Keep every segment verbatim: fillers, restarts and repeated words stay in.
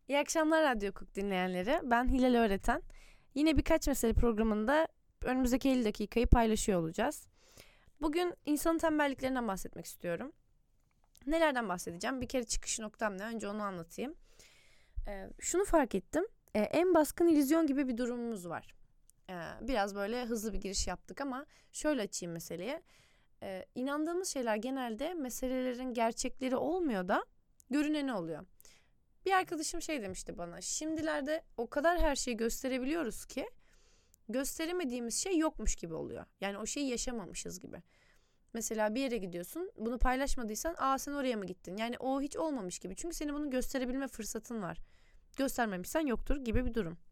İyi akşamlar Radyo Hukuk dinleyenleri. Ben Hilal Öğreten. Yine birkaç mesele programında önümüzdeki elli dakikayı paylaşıyor olacağız. Bugün insanın tembelliklerinden bahsetmek istiyorum. Nelerden bahsedeceğim? Bir kere çıkış noktam ne? Önce onu anlatayım. Ee, şunu fark ettim. Ee, en baskın illüzyon gibi bir durumumuz var. Ee, biraz böyle hızlı bir giriş yaptık ama şöyle açayım meseleye. Ee, inandığımız şeyler genelde meselelerin gerçekleri olmuyor da görüneni oluyor. Bir arkadaşım şey demişti bana. Şimdilerde o kadar her şeyi gösterebiliyoruz ki gösteremediğimiz şey yokmuş gibi oluyor. Yani o şeyi yaşamamışız gibi. Mesela bir yere gidiyorsun, bunu paylaşmadıysan, aa sen oraya mı gittin? Yani o hiç olmamış gibi. Çünkü senin bunu gösterebilme fırsatın var. Göstermemişsen yoktur gibi bir durum.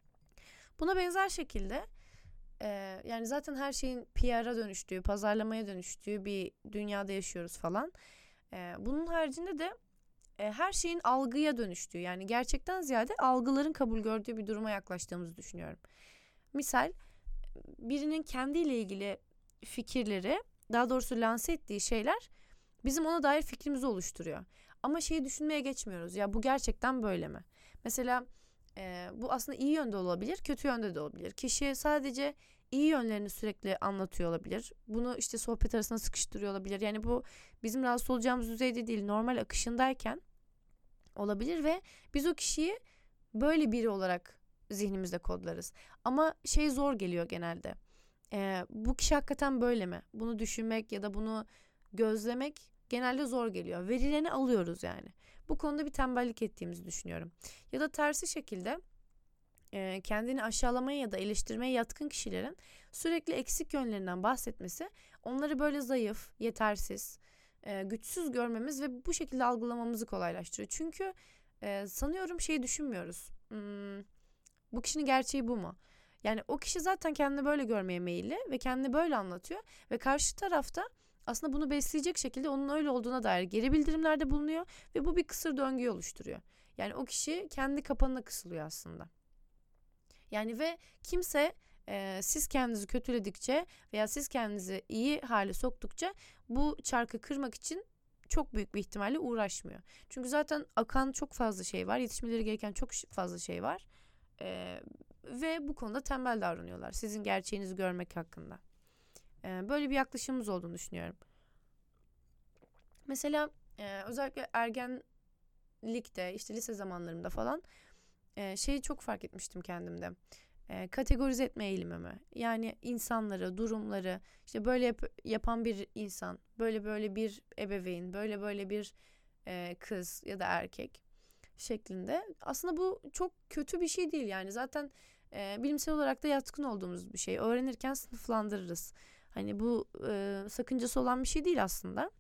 Buna benzer şekilde e, yani zaten her şeyin P R'a dönüştüğü, pazarlamaya dönüştüğü bir dünyada yaşıyoruz falan. E, bunun haricinde de e, her şeyin algıya dönüştüğü, yani gerçekten ziyade algıların kabul gördüğü bir duruma yaklaştığımızı düşünüyorum. Misal birinin kendiyle ilgili fikirleri, daha doğrusu lanse ettiği şeyler bizim ona dair fikrimizi oluşturuyor. Ama şeyi düşünmeye geçmiyoruz. Ya bu gerçekten böyle mi? Mesela e, bu aslında iyi yönde olabilir, kötü yönde de olabilir. Kişi sadece iyi yönlerini sürekli anlatıyor olabilir. Bunu işte sohbet arasında sıkıştırıyor olabilir. Yani bu bizim rahatsız olacağımız düzeyde değil, normal akışındayken olabilir ve biz o kişiyi böyle biri olarak zihnimizde kodlarız. Ama şey zor geliyor genelde. Ee, bu kişi hakikaten böyle mi? Bunu düşünmek ya da bunu gözlemek genelde zor geliyor. Verileni alıyoruz yani. Bu konuda bir tembellik ettiğimizi düşünüyorum. Ya da tersi şekilde e, kendini aşağılamaya ya da eleştirmeye yatkın kişilerin sürekli eksik yönlerinden bahsetmesi onları böyle zayıf, yetersiz, e, güçsüz görmemiz ve bu şekilde algılamamızı kolaylaştırıyor. Çünkü e, sanıyorum şeyi düşünmüyoruz. Hmm, bu kişinin gerçeği bu mu? Yani o kişi zaten kendini böyle görmeye meyilli ve kendini böyle anlatıyor ve karşı tarafta aslında bunu besleyecek şekilde onun öyle olduğuna dair geri bildirimlerde bulunuyor ve bu bir kısır döngüyü oluşturuyor. Yani o kişi kendi kapanına kısılıyor aslında. Yani ve kimse e, siz kendinizi kötüledikçe veya siz kendinizi iyi hale soktukça bu çarkı kırmak için çok büyük bir ihtimalle uğraşmıyor. Çünkü zaten akan çok fazla şey var, yetişmeleri gereken çok fazla şey var. Ee, ve bu konuda tembel davranıyorlar sizin gerçeğinizi görmek hakkında. Ee, böyle bir yaklaşımımız olduğunu düşünüyorum. Mesela e, özellikle ergenlikte, işte lise zamanlarımda falan e, şeyi çok fark etmiştim kendimde. E, kategorize etme eğilimimi. Yani insanları, durumları, işte böyle yap- yapan bir insan, böyle böyle bir ebeveyn, böyle böyle bir e, kız ya da erkek şeklinde. Aslında bu çok kötü bir şey değil yani. Zaten e, bilimsel olarak da yatkın olduğumuz bir şey. Öğrenirken sınıflandırırız. Hani bu e, sakıncası olan bir şey değil aslında.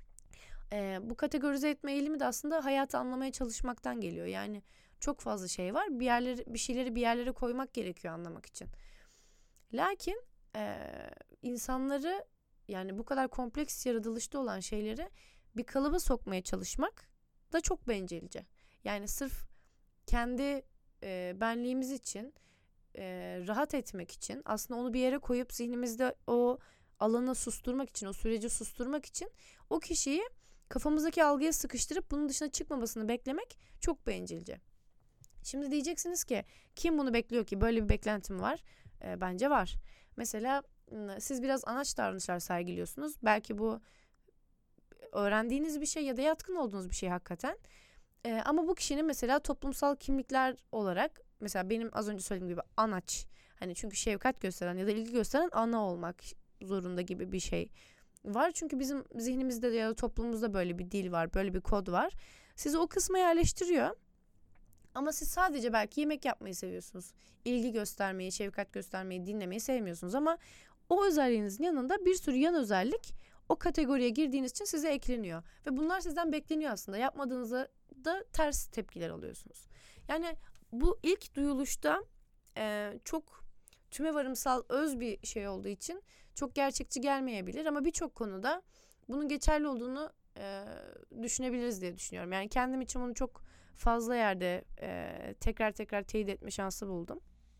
E, bu kategorize etme eğilimi de aslında hayatı anlamaya çalışmaktan geliyor. Yani çok fazla şey var. Bir yerleri, bir şeyleri bir yerlere koymak gerekiyor anlamak için. Lakin e, insanları, yani bu kadar kompleks yaratılışta olan şeyleri bir kalıba sokmaya çalışmak da çok bencilce. Yani sırf kendi e, benliğimiz için, e, rahat etmek için, aslında onu bir yere koyup zihnimizde o alanı susturmak için, o süreci susturmak için o kişiyi kafamızdaki algıya sıkıştırıp bunun dışına çıkmamasını beklemek çok bencilce. Şimdi diyeceksiniz ki kim bunu bekliyor ki? Böyle bir beklentim var. E, bence var. Mesela siz biraz anaç davranışlar sergiliyorsunuz. Belki bu öğrendiğiniz bir şey ya da yatkın olduğunuz bir şey hakikaten. Ee, ama bu kişinin mesela toplumsal kimlikler olarak, mesela benim az önce söylediğim gibi anaç, hani çünkü şefkat gösteren ya da ilgi gösteren ana olmak zorunda gibi bir şey var. Çünkü bizim zihnimizde ya da toplumumuzda böyle bir dil var, böyle bir kod var. Sizi o kısma yerleştiriyor. Ama siz sadece belki yemek yapmayı seviyorsunuz. İlgi göstermeyi, şefkat göstermeyi, dinlemeyi sevmiyorsunuz ama o özelliğinizin yanında bir sürü yan özellik o kategoriye girdiğiniz için size ekleniyor. Ve bunlar sizden bekleniyor aslında. Yapmadığınızda da ters tepkiler alıyorsunuz. Yani bu ilk duyuluşta e, çok tümevarımsal öz bir şey olduğu için çok gerçekçi gelmeyebilir. Ama birçok konuda bunun geçerli olduğunu e, düşünebiliriz diye düşünüyorum. Yani kendim için bunu çok fazla yerde e, tekrar tekrar teyit etme şansı buldum.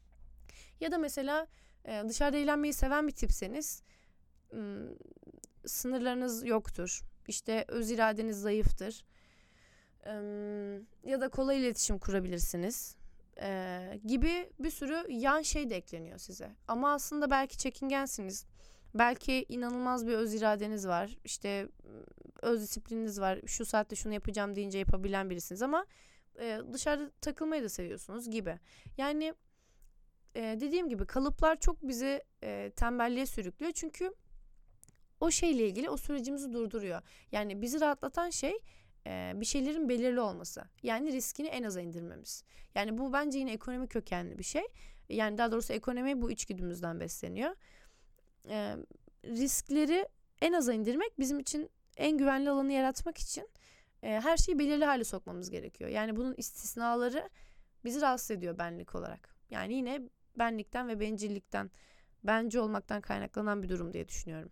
Ya da mesela e, dışarıda eğlenmeyi seven bir tipseniz ım, sınırlarınız yoktur. İşte öz iradeniz zayıftır. Ee, ya da kolay iletişim kurabilirsiniz. Ee, gibi bir sürü yan şey de ekleniyor size. Ama aslında belki çekingensiniz. Belki inanılmaz bir öz iradeniz var. İşte öz disiplininiz var. Şu saatte şunu yapacağım deyince yapabilen birisiniz ama e, dışarıda takılmayı da seviyorsunuz gibi. Yani e, dediğim gibi kalıplar çok bizi e, tembelliğe sürüklüyor. Çünkü o şeyle ilgili o sürecimizi durduruyor. Yani bizi rahatlatan şey e, bir şeylerin belirli olması. Yani riskini en aza indirmemiz. Yani bu bence yine ekonomi kökenli bir şey. Yani daha doğrusu ekonomi bu içgüdümüzden besleniyor. E, riskleri en aza indirmek bizim için en güvenli alanı yaratmak için e, her şeyi belirli hale sokmamız gerekiyor. Yani bunun istisnaları bizi rahatsız ediyor benlik olarak. Yani yine benlikten ve bencillikten, bence olmaktan kaynaklanan bir durum diye düşünüyorum.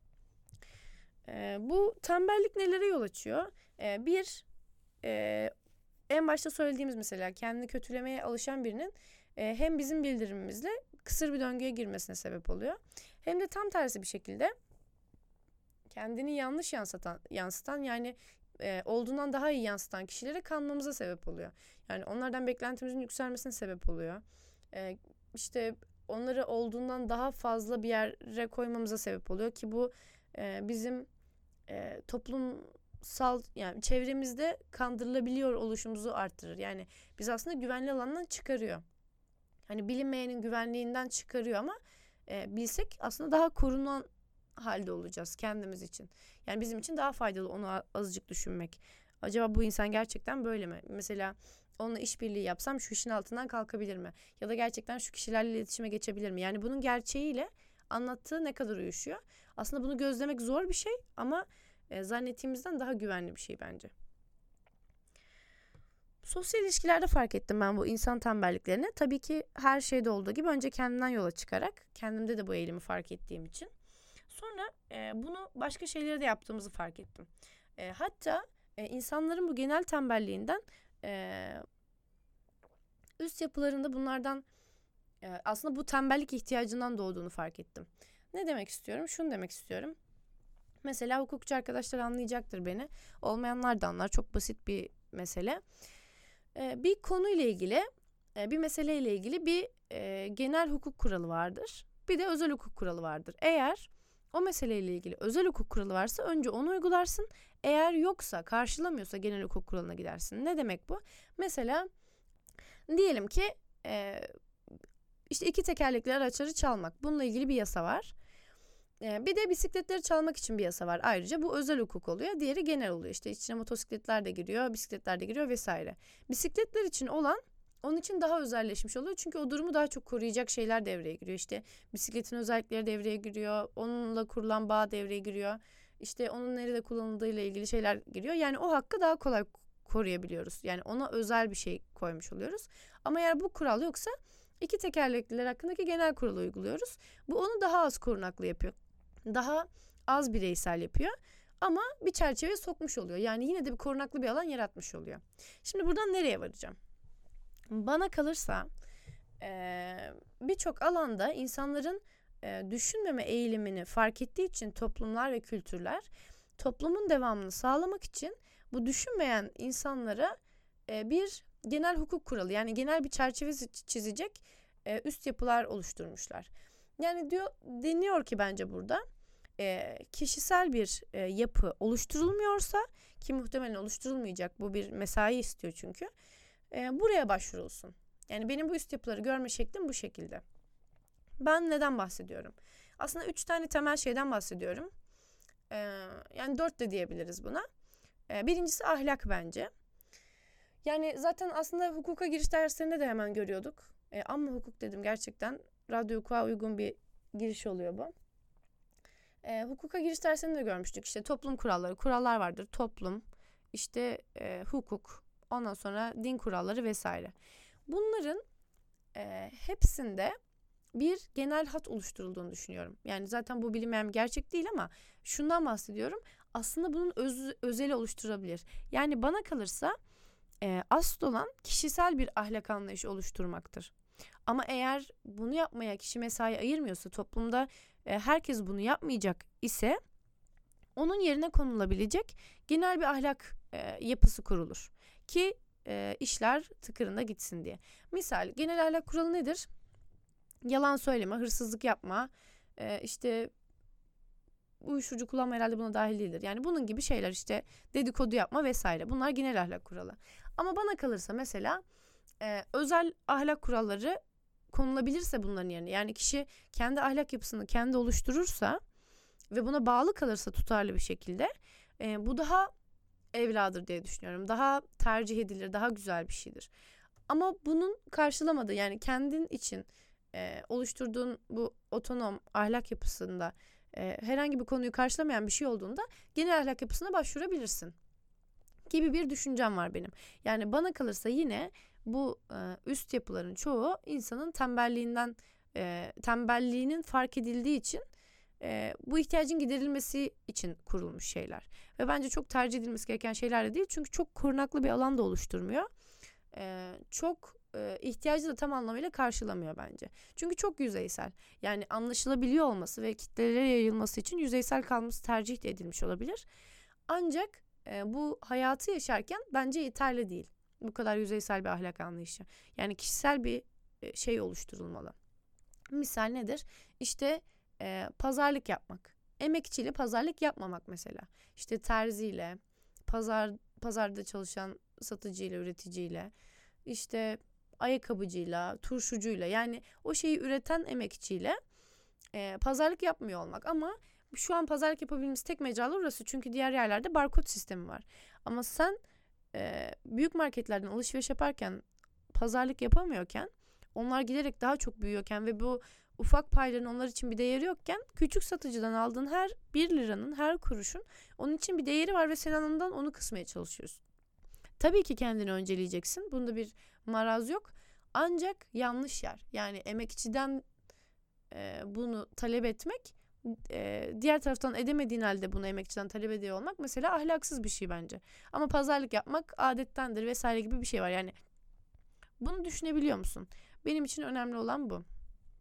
E, bu tembellik nelere yol açıyor? E, bir, e, en başta söylediğimiz mesela kendini kötülemeye alışan birinin e, hem bizim bildirimimizle kısır bir döngüye girmesine sebep oluyor. Hem de tam tersi bir şekilde kendini yanlış yansıtan, yansıtan yani e, olduğundan daha iyi yansıtan kişilere kanmamıza sebep oluyor. Yani onlardan beklentimizin yükselmesine sebep oluyor. E, işte onları olduğundan daha fazla bir yere koymamıza sebep oluyor ki bu e, bizim e, toplumsal yani çevremizde kandırılabiliyor oluşumuzu arttırır. Yani biz aslında güvenli alandan çıkarıyor. Hani bilinmeyenin güvenliğinden çıkarıyor ama e, bilsek aslında daha korunan halde olacağız kendimiz için. Yani bizim için daha faydalı onu azıcık düşünmek. Acaba bu insan gerçekten böyle mi? Mesela onunla işbirliği yapsam şu işin altından kalkabilir mi? Ya da gerçekten şu kişilerle iletişime geçebilir mi? Yani bunun gerçeğiyle anlattığı ne kadar uyuşuyor? Aslında bunu gözlemek zor bir şey ama e, zannettiğimizden daha güvenli bir şey bence. Sosyal ilişkilerde fark ettim ben bu insan tembelliklerini. Tabii ki her şeyde olduğu gibi önce kendimden yola çıkarak, kendimde de bu eğilimi fark ettiğim için. Sonra e, bunu başka şeylere de yaptığımızı fark ettim. E, hatta e, insanların bu genel tembelliğinden e, üst yapılarında bunlardan e, aslında bu tembellik ihtiyacından doğduğunu fark ettim. Ne demek istiyorum? Şunu demek istiyorum. Mesela hukukçu arkadaşlar anlayacaktır beni. Olmayanlar da anlar. Çok basit bir mesele. E, bir konuyla ilgili, e, bir meseleyle ilgili bir e, genel hukuk kuralı vardır. Bir de özel hukuk kuralı vardır. Eğer o meseleyle ilgili özel hukuk kuralı varsa önce onu uygularsın. Eğer yoksa, karşılamıyorsa genel hukuk kuralına gidersin. Ne demek bu? Mesela diyelim ki e, işte iki tekerlekli araçları çalmak. Bununla ilgili bir yasa var. E, bir de bisikletleri çalmak için bir yasa var. Ayrıca bu özel hukuk oluyor. Diğeri genel oluyor. İşte içine motosikletler de giriyor, bisikletler de giriyor vesaire. Bisikletler için olan onun için daha özelleşmiş oluyor. Çünkü o durumu daha çok koruyacak şeyler devreye giriyor. İşte bisikletin özellikleri devreye giriyor. Onunla kurulan bağ devreye giriyor. İşte onun nerede kullanıldığıyla ilgili şeyler giriyor. Yani o hakkı daha kolay koruyabiliyoruz. Yani ona özel bir şey koymuş oluyoruz. Ama eğer bu kural yoksa iki tekerlekliler hakkındaki genel kuralı uyguluyoruz. Bu onu daha az korunaklı yapıyor. Daha az bireysel yapıyor. Ama bir çerçeveye sokmuş oluyor. Yani yine de bir korunaklı bir alan yaratmış oluyor. Şimdi buradan nereye varacağım? Bana kalırsa e, birçok alanda insanların e, düşünmeme eğilimini fark ettiği için toplumlar ve kültürler toplumun devamını sağlamak için bu düşünmeyen insanlara e, bir genel hukuk kuralı yani genel bir çerçeve çizecek e, üst yapılar oluşturmuşlar. Yani diyor deniyor ki bence burada e, kişisel bir e, yapı oluşturulmuyorsa ki muhtemelen oluşturulmayacak bu bir mesai istiyor çünkü. E, buraya başvurulsun. Yani benim bu üst yapıları görme şeklim bu şekilde. Ben neden bahsediyorum? Aslında üç tane temel şeyden bahsediyorum. E, yani dört de diyebiliriz buna. E, birincisi ahlak bence. Yani zaten aslında hukuka giriş derslerinde de hemen görüyorduk. E, ama hukuk dedim gerçekten. Radyo hukuka uygun bir giriş oluyor bu. E, hukuka giriş derslerinde de görmüştük. İşte toplum kuralları, kurallar vardır. Toplum, işte e, hukuk, ondan sonra din kuralları vesaire. Bunların e, hepsinde bir genel hat oluşturulduğunu düşünüyorum. Yani zaten bu bilinmeyen bir gerçek değil ama şundan bahsediyorum. Aslında bunun öz, özeli oluşturabilir. Yani bana kalırsa e, asıl olan kişisel bir ahlak anlayışı oluşturmaktır. Ama eğer bunu yapmaya kişi mesai ayırmıyorsa toplumda e, herkes bunu yapmayacak ise onun yerine konulabilecek genel bir ahlak e, yapısı kurulur ki e, işler tıkırında gitsin diye. Misal genel ahlak kuralı nedir? Yalan söyleme, hırsızlık yapma, e, işte uyuşturucu kullanma herhalde buna dahil değildir. Yani bunun gibi şeyler, işte dedikodu yapma vesaire. Bunlar genel ahlak kuralı. Ama bana kalırsa mesela e, özel ahlak kuralları konulabilirse bunların yerine, yani kişi kendi ahlak yapısını kendi oluşturursa ve buna bağlı kalırsa tutarlı bir şekilde, e, bu daha evladır diye düşünüyorum. Daha tercih edilir, daha güzel bir şeydir. Ama bunun karşılamadığı, yani kendin için e, oluşturduğun bu otonom ahlak yapısında e, herhangi bir konuyu karşılamayan bir şey olduğunda genel ahlak yapısına başvurabilirsin gibi bir düşüncem var benim. Yani bana kalırsa yine bu e, üst yapıların çoğu insanın tembelliğinden, e, tembelliğinin fark edildiği için, e, bu ihtiyacın giderilmesi için kurulmuş şeyler. Ve bence çok tercih edilmesi gereken şeyler de değil. Çünkü çok korunaklı bir alan da oluşturmuyor. E, çok e, ihtiyacı da tam anlamıyla karşılamıyor bence. Çünkü çok yüzeysel. Yani anlaşılabiliyor olması ve kitlelere yayılması için yüzeysel kalması tercih de edilmiş olabilir. Ancak e, bu hayatı yaşarken bence yeterli değil. Bu kadar yüzeysel bir ahlak anlayışı. Yani kişisel bir e, şey oluşturulmalı. Misal nedir? İşte e, pazarlık yapmak. Emekçiyle pazarlık yapmamak mesela. İşte terziyle, pazar pazarda çalışan satıcıyla, üreticiyle, işte ayakkabıcıyla, turşucuyla, yani o şeyi üreten emekçiyle e, pazarlık yapmıyor olmak. Ama şu an pazarlık yapabildiğimiz tek mecra orası, çünkü diğer yerlerde barkod sistemi var. Ama sen e, büyük marketlerden alışveriş yaparken, pazarlık yapamıyorken, onlar giderek daha çok büyüyorken ve bu ufak payların onlar için bir değeri yokken, küçük satıcıdan aldığın her bir liranın, her kuruşun onun için bir değeri var ve sen ondan onu kısmaya çalışıyorsun. Tabii ki kendini önceleyeceksin. Bunda bir maraz yok. Ancak yanlış yer. Yani emekçiden e, bunu talep etmek, e, diğer taraftan edemediğin halde bunu emekçiden talep ediyor olmak mesela ahlaksız bir şey bence. Ama pazarlık yapmak adettendir vesaire gibi bir şey var. Yani bunu düşünebiliyor musun? Benim için önemli olan bu.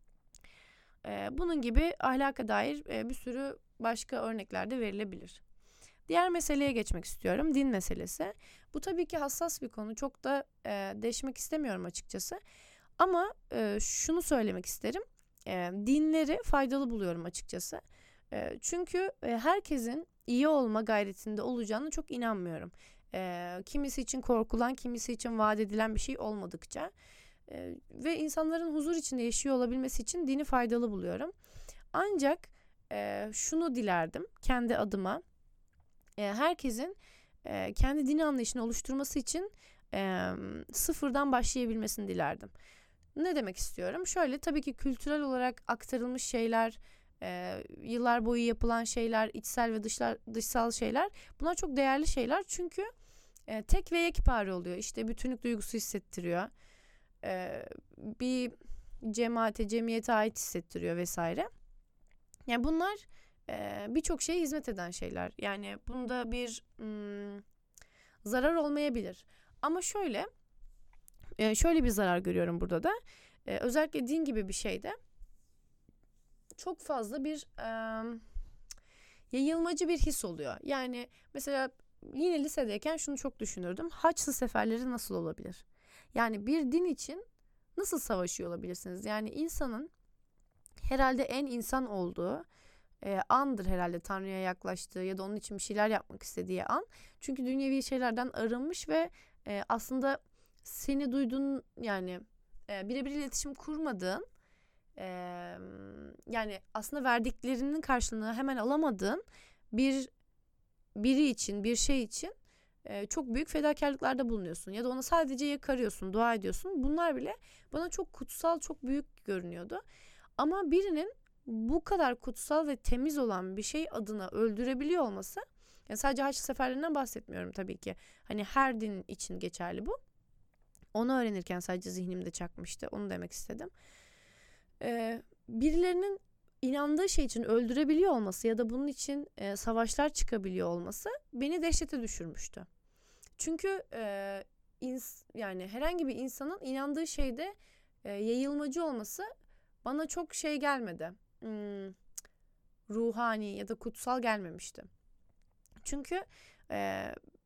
E, bunun gibi ahlaka dair e, bir sürü başka örnekler de verilebilir. Diğer meseleye geçmek istiyorum. Din meselesi. Bu tabii ki hassas bir konu. Çok da e, deşmek istemiyorum açıkçası. Ama e, şunu söylemek isterim. E, dinleri faydalı buluyorum açıkçası. E, çünkü e, herkesin iyi olma gayretinde olacağını çok inanmıyorum. E, kimisi için korkulan, kimisi için vaat edilen bir şey olmadıkça. E, ve insanların huzur içinde yaşıyor olabilmesi için dini faydalı buluyorum. Ancak e, şunu dilerdim kendi adıma. E, herkesin e, kendi dini anlayışını oluşturması için e, sıfırdan başlayabilmesini dilerdim. Ne demek istiyorum? Şöyle, tabii ki kültürel olarak aktarılmış şeyler, e, yıllar boyu yapılan şeyler, içsel ve dışlar, dışsal şeyler, bunlar çok değerli şeyler. Çünkü e, tek ve yekpare oluyor. İşte bütünlük duygusu hissettiriyor. E, bir cemaate, cemiyete ait hissettiriyor vesaire. Yani bunlar e, birçok şeye hizmet eden şeyler. Yani bunda bir ım, zarar olmayabilir. Ama şöyle, e, şöyle bir zarar görüyorum burada da. E, özellikle din gibi bir şeyde çok fazla bir e, yayılmacı bir his oluyor. Yani mesela yine lisedeyken şunu çok düşünürdüm. Haçlı seferleri nasıl olabilir? Yani bir din için nasıl savaşıyor olabilirsiniz? Yani insanın herhalde en insan olduğu e, andır herhalde, Tanrı'ya yaklaştığı ya da onun için bir şeyler yapmak istediği an. Çünkü dünyevi şeylerden arınmış ve e, aslında seni duyduğun, yani e, birebir iletişim kurmadığın, e, yani aslında verdiklerinin karşılığını hemen alamadığın bir biri için, bir şey için e, çok büyük fedakarlıklarda bulunuyorsun. Ya da ona sadece yakarıyorsun, dua ediyorsun. Bunlar bile bana çok kutsal, çok büyük görünüyordu. Ama birinin bu kadar kutsal ve temiz olan bir şey adına öldürebiliyor olması, yani sadece Haçlı seferlerinden bahsetmiyorum tabii ki. Hani her din için geçerli bu. Onu öğrenirken sadece zihnimde çakmıştı. Onu demek istedim. Ee, birilerinin inandığı şey için öldürebiliyor olması ya da bunun için e, savaşlar çıkabiliyor olması beni dehşete düşürmüştü. Çünkü e, ins- yani herhangi bir insanın inandığı şeyde e, yayılmacı olması bana çok şey gelmedi. Hmm, ruhani ya da kutsal gelmemişti. Çünkü e,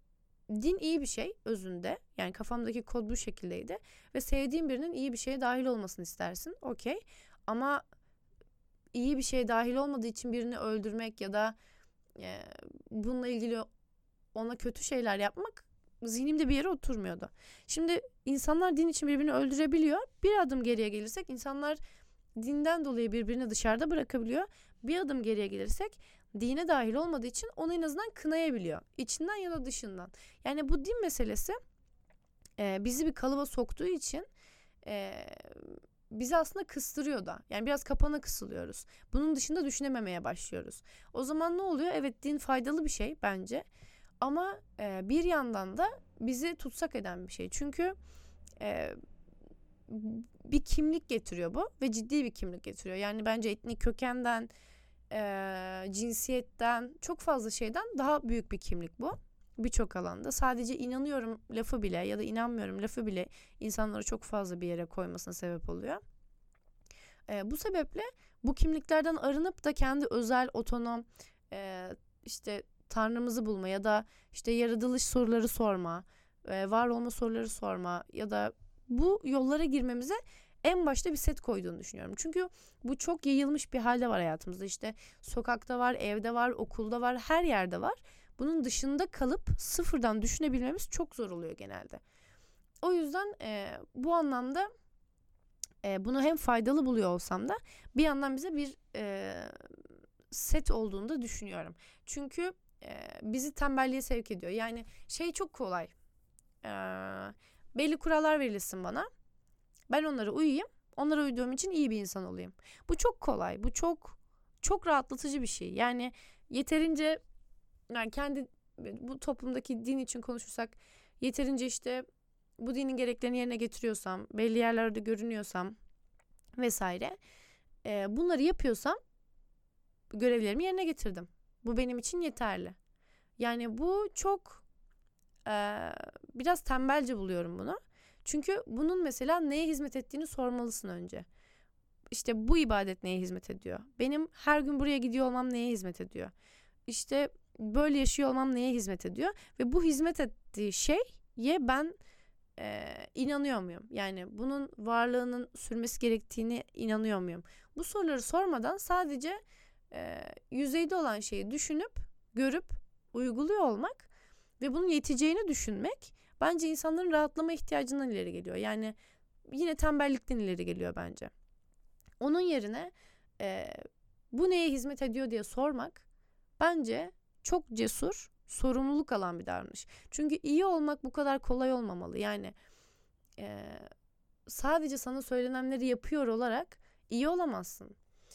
din iyi bir şey özünde. Yani kafamdaki kod bu şekildeydi. Ve sevdiğin birinin iyi bir şeye dahil olmasını istersin. Okey. Ama iyi bir şeye dahil olmadığı için birini öldürmek ya da e, bununla ilgili ona kötü şeyler yapmak zihnimde bir yere oturmuyordu. Şimdi insanlar din için birbirini öldürebiliyor. Bir adım geriye gelirsek insanlar dinden dolayı birbirini dışarıda bırakabiliyor. Bir adım geriye gelirsek dine dahil olmadığı için onu en azından kınayabiliyor. İçinden ya da dışından. Yani bu din meselesi e, bizi bir kalıba soktuğu için e, bizi aslında kıstırıyor da. Yani biraz kapana kısılıyoruz. Bunun dışında düşünememeye başlıyoruz. O zaman ne oluyor? Evet, din faydalı bir şey bence. Ama e, bir yandan da bizi tutsak eden bir şey. Çünkü e, bir kimlik getiriyor bu ve ciddi bir kimlik getiriyor. Yani bence etnik kökenden, e, cinsiyetten, çok fazla şeyden daha büyük bir kimlik bu. Birçok alanda. Sadece inanıyorum lafı bile ya da inanmıyorum lafı bile insanları çok fazla bir yere koymasına sebep oluyor. E, bu sebeple bu kimliklerden arınıp da kendi özel, otonom, e, işte Tanrımızı bulma ya da işte yaratılış soruları sorma, e, var olma soruları sorma ya da bu yollara girmemize en başta bir set koyduğunu düşünüyorum. Çünkü bu çok yayılmış bir halde var hayatımızda. İşte sokakta var, evde var, okulda var, her yerde var. Bunun dışında kalıp sıfırdan düşünebilmemiz çok zor oluyor genelde. O yüzden e, bu anlamda e, bunu hem faydalı buluyor olsam da bir yandan bize bir e, set olduğunu da düşünüyorum. Çünkü e, bizi tembelliğe sevk ediyor. Yani şey çok kolay. E, belli kurallar verilsin bana. Ben onlara uyuyayım. Onlara uyduğum için iyi bir insan olayım. Bu çok kolay. Bu çok çok rahatlatıcı bir şey. Yani yeterince, yani kendi bu toplumdaki din için konuşursak, yeterince işte bu dinin gereklerini yerine getiriyorsam, belli yerlerde görünüyorsam vesaire, e, bunları yapıyorsam görevlerimi yerine getirdim. Bu benim için yeterli. Yani bu çok e, biraz tembelce buluyorum bunu. Çünkü bunun mesela neye hizmet ettiğini sormalısın önce. İşte bu ibadet neye hizmet ediyor? Benim her gün buraya gidiyor olmam neye hizmet ediyor? İşte böyle yaşıyor olmam neye hizmet ediyor? Ve bu hizmet ettiği şeye ben e, inanıyor muyum? Yani bunun varlığının sürmesi gerektiğini inanıyor muyum? Bu soruları sormadan sadece e, yüzeyde olan şeyi düşünüp, görüp, uyguluyor olmak ve bunun yeteceğini düşünmek bence insanların rahatlama ihtiyacından ileri geliyor. Yani yine tembellikten ileri geliyor bence. Onun yerine e, bu neye hizmet ediyor diye sormak bence çok cesur, sorumluluk alan bir davranış. Çünkü iyi olmak bu kadar kolay olmamalı. Yani e, sadece sana söylenenleri yapıyor olarak iyi olamazsın.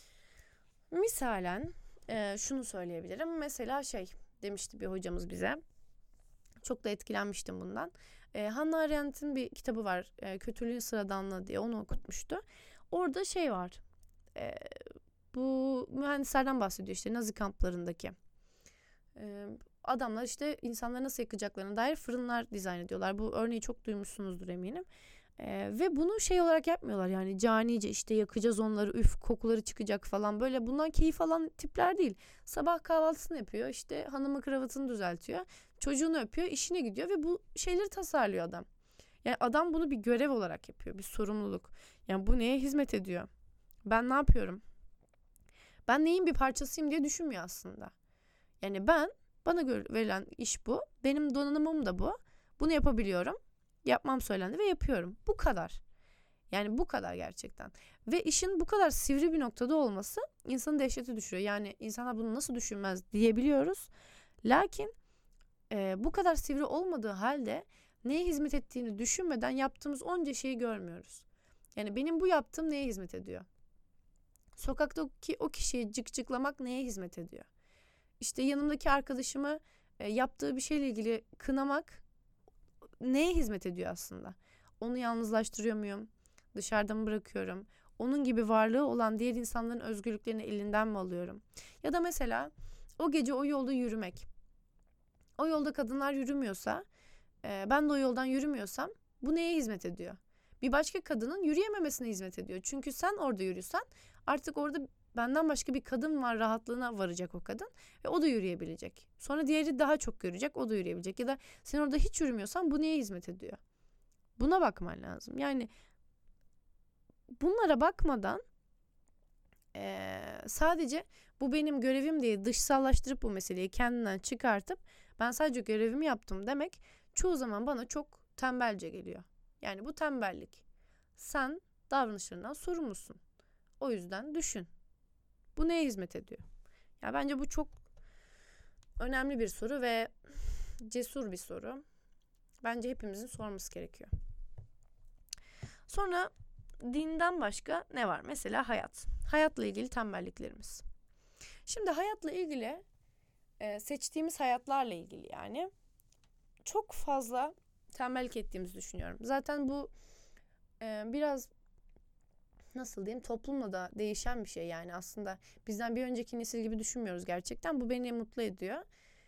Misalen e, şunu söyleyebilirim. Mesela şey demişti bir hocamız bize. Çok da etkilenmiştim bundan. E, Hannah Arendt'in bir kitabı var. E, Kötülüğün Sıradanlığı diye, onu okutmuştu. Orada şey var. E, bu mühendislerden bahsediyor, işte Nazi kamplarındaki. E, adamlar işte insanları nasıl yakacaklarına dair fırınlar dizayn ediyorlar. Bu örneği çok duymuşsunuzdur eminim. Ee, ve bunu şey olarak yapmıyorlar, yani canice işte yakacağız onları, üf kokuları çıkacak falan, böyle bundan keyif alan tipler değil. Sabah kahvaltısını yapıyor, işte hanımı kravatını düzeltiyor, çocuğunu öpüyor, işine gidiyor ve bu şeyleri tasarlıyor adam. Yani adam bunu bir görev olarak yapıyor, bir sorumluluk. Yani bu neye hizmet ediyor? Ben ne yapıyorum? Ben neyin bir parçasıyım diye düşünmüyor aslında. Yani ben, bana gö- verilen iş bu, benim donanımım da bu, bunu yapabiliyorum. Yapmam söylendi ve yapıyorum. Bu kadar. Yani bu kadar gerçekten. Ve işin bu kadar sivri bir noktada olması insanı dehşete düşürüyor. Yani insanlar bunu nasıl düşünmez diyebiliyoruz. Lakin e, bu kadar sivri olmadığı halde neye hizmet ettiğini düşünmeden yaptığımız onca şeyi görmüyoruz. Yani benim bu yaptığım neye hizmet ediyor? Sokaktaki o kişiyi cıkcıklamak neye hizmet ediyor? İşte yanımdaki arkadaşımı e, yaptığı bir şeyle ilgili kınamak neye hizmet ediyor aslında? Onu yalnızlaştırıyor muyum? Dışarıda mı bırakıyorum? Onun gibi varlığı olan diğer insanların özgürlüklerini elinden mi alıyorum? Ya da mesela o gece o yolda yürümek. O yolda kadınlar yürümüyorsa, e, ben de o yoldan yürümüyorsam bu neye hizmet ediyor? Bir başka kadının yürüyememesine hizmet ediyor. Çünkü sen orada yürüsen artık orada benden başka bir kadın var rahatlığına varacak o kadın ve o da yürüyebilecek. Sonra diğeri daha çok görecek, o da yürüyebilecek. Ya da sen orada hiç yürümüyorsan bu niye hizmet ediyor? Buna bakman lazım. Yani bunlara bakmadan ee, sadece bu benim görevim diye dışsallaştırıp bu meseleyi kendinden çıkartıp ben sadece görevimi yaptım demek çoğu zaman bana çok tembelce geliyor. Yani bu tembellik. Sen davranışlarından sorumlusun. O yüzden düşün. Bu neye hizmet ediyor? Ya bence bu çok önemli bir soru ve cesur bir soru. Bence hepimizin sorması gerekiyor. Sonra dinden başka ne var? Mesela hayat. Hayatla ilgili tembelliklerimiz. Şimdi hayatla ilgili e, seçtiğimiz hayatlarla ilgili yani çok fazla tembellik ettiğimizi düşünüyorum. Zaten bu e, biraz nasıl diyeyim toplumla da değişen bir şey yani aslında bizden bir önceki nesil gibi düşünmüyoruz gerçekten. Bu beni mutlu ediyor.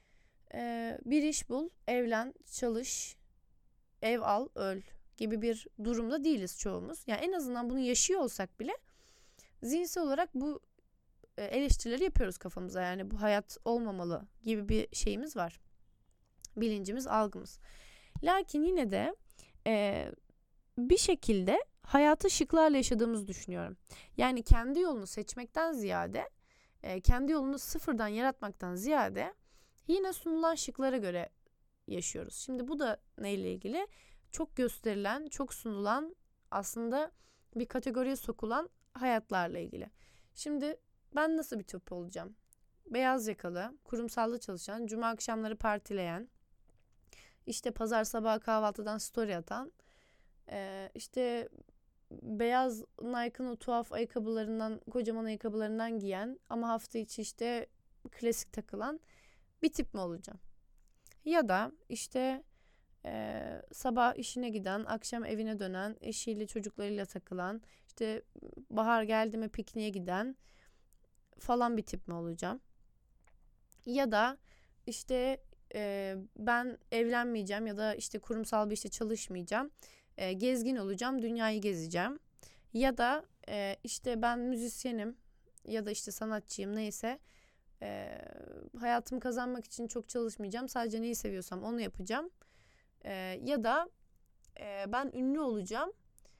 E, bir iş bul, evlen, çalış, ev al, öl gibi bir durumda değiliz çoğumuz. Yani en azından bunu yaşıyor olsak bile zihinsel olarak bu eleştirileri yapıyoruz kafamıza. Yani bu hayat olmamalı gibi bir şeyimiz var. Bilincimiz, algımız. Lakin yine de e, bir şekilde hayatı şıklarla yaşadığımızı düşünüyorum. Yani kendi yolunu seçmekten ziyade, e, kendi yolunu sıfırdan yaratmaktan ziyade yine sunulan şıklara göre yaşıyoruz. Şimdi bu da neyle ilgili? Çok gösterilen, çok sunulan aslında bir kategoriye sokulan hayatlarla ilgili. Şimdi ben nasıl bir tip olacağım? Beyaz yakalı, kurumsalda çalışan, cuma akşamları partileyen, işte pazar sabahı kahvaltıdan story atan, e, işte beyaz Nike'ın o tuhaf ayakkabılarından, kocaman ayakkabılarından giyen ama hafta içi işte klasik takılan bir tip mi olacağım? Ya da işte e, sabah işine giden, akşam evine dönen, eşiyle çocuklarıyla takılan, işte bahar geldi mi pikniğe giden falan bir tip mi olacağım? Ya da işte e, ben evlenmeyeceğim ya da işte kurumsal bir işte çalışmayacağım. E, gezgin olacağım, dünyayı gezeceğim. Ya da e, işte ben müzisyenim ya da işte sanatçıyım neyse. E, hayatımı kazanmak için çok çalışmayacağım. Sadece neyi seviyorsam onu yapacağım. E, ya da e, ben ünlü olacağım.